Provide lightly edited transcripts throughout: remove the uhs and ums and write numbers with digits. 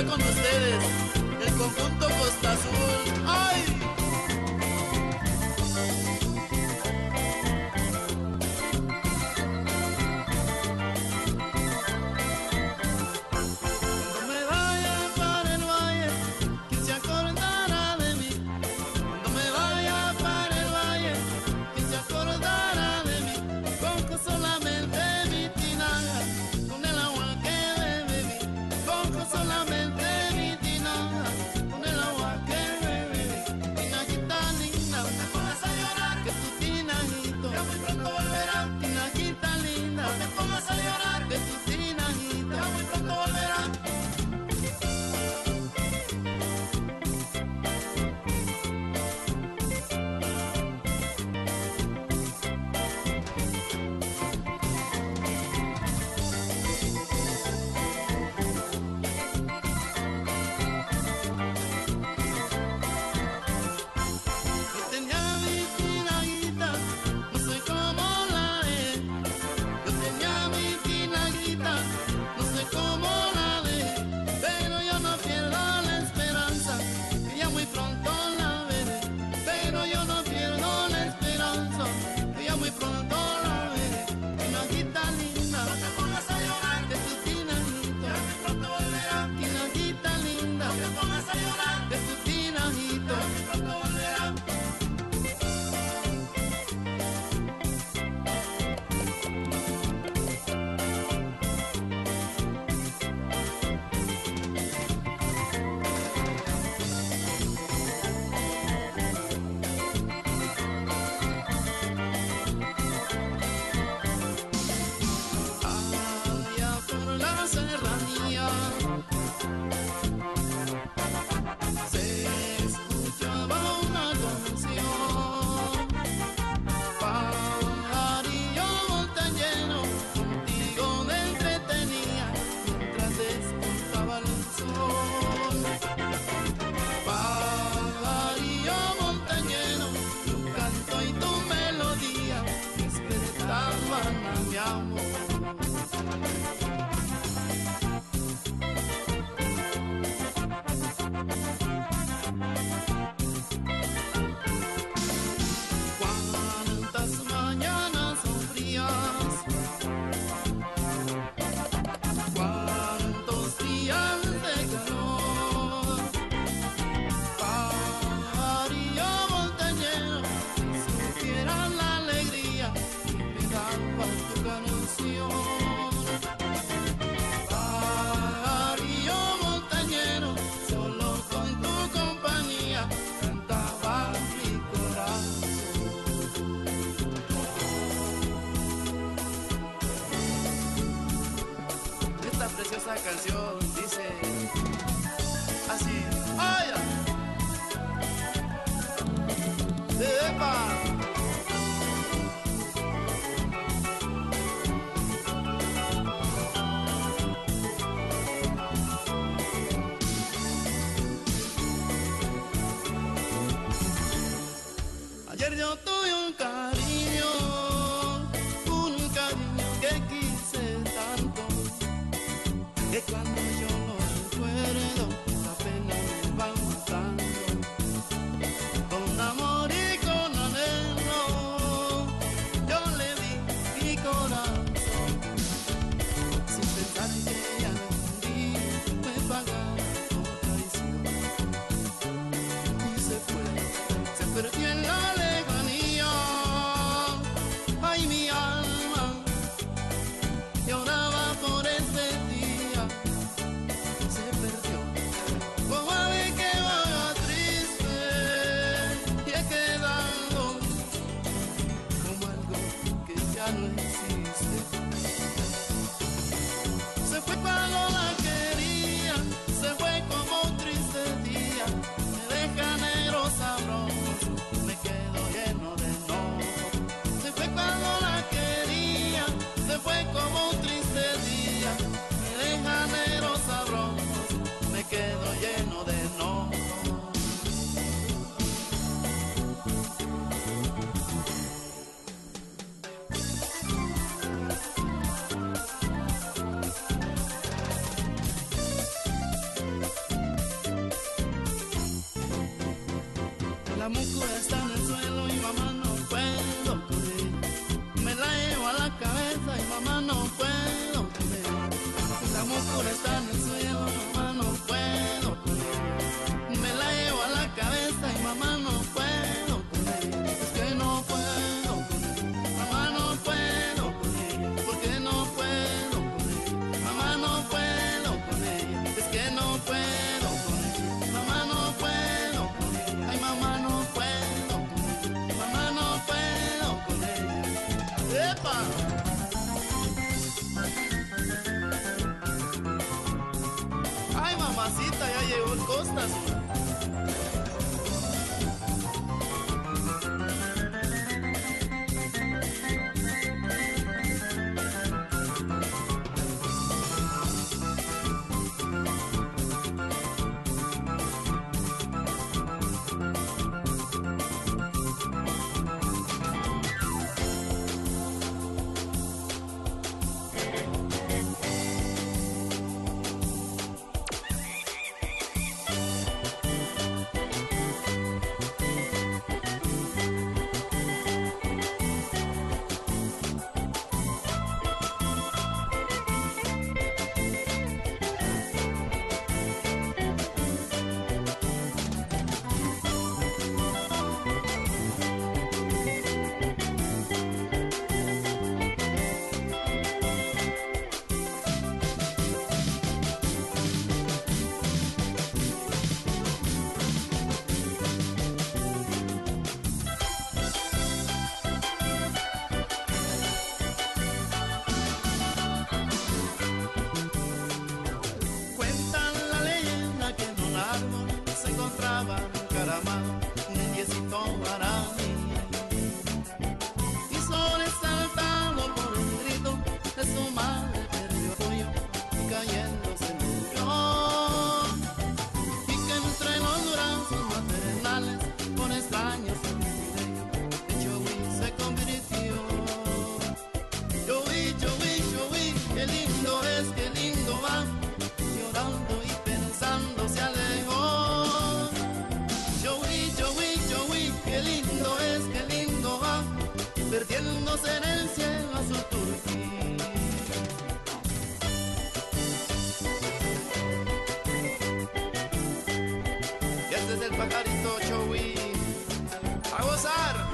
con ustedes el conjunto Costa Azul. ¡Ay! Preciosa canción dice así. ¡Ay! ¡Epa! Ayer yo tuve un cariño que quise tanto, que cuando yo lo recuerdo la pena me va matando. Con amor y con anhelo yo le di mi corazón, sin pensar que ella un día me pagaba por traición. Y se fue, se perdió en la lejanía. Ay, mi alma lloraba por ese día. Se perdió como ave que vaga triste y he quedado como algo que ya no existe. Se fue cuando la quería, se fue como un triste día. Me deja negro sabroso, me quedo lleno de enojo. Se fue cuando la quería, se fue como un triste día. Me deja negro sabroso, me quedo lleno de enojo. luna está en el cielo, mamá, no puedo con ella. Me la llevo a la cabeza y mamá, no puedo con ella. Es que no puedo con ella, mamá, no puedo con ella. ¿Por qué no puedo con ella? Mamá, no puedo con ella. Es que no puedo con ella, mamá, no puedo con ella. Ay, mamá, no puedo con ella, mamá, no puedo con ella. ¡Epa! Ay, mamacita, ya llegó el Costas. Se encontraba encaramado un indiecito guaraní y sobresaltado por el grito de su madre perdió apoyo y cayéndose murió, y que entre los brazos maternales con extraños en Chowi se convirtió. Chowi, qué lindo es, qué lindo va, llorando y pensando se alejó. Qué lindo es, qué lindo va, perdiéndose en el cielo azul turquí. Y este es el pajarito Chowi, a gozar.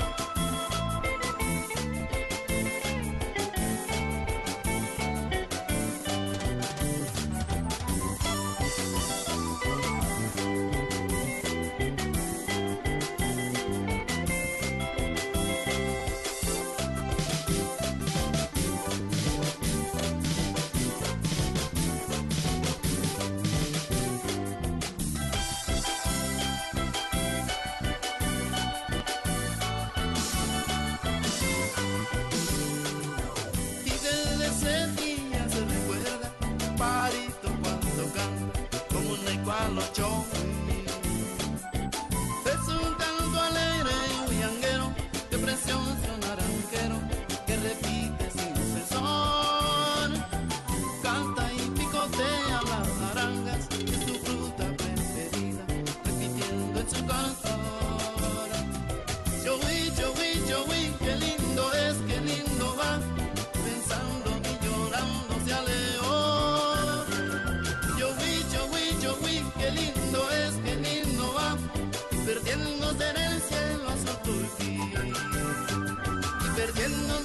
Los Chowi es un canto alegre y bullanguero que precioso naranjero que repite sin cesar, canta y picotea las naranjas, es su fruta preferida, repitiendo en su cantor. Chowi, qué lindo es, qué lindo va, pensando y llorando se alejó. Chowi, qué lindo es, qué lindo va, perdiéndose en el cielo azul turquí y perdiéndose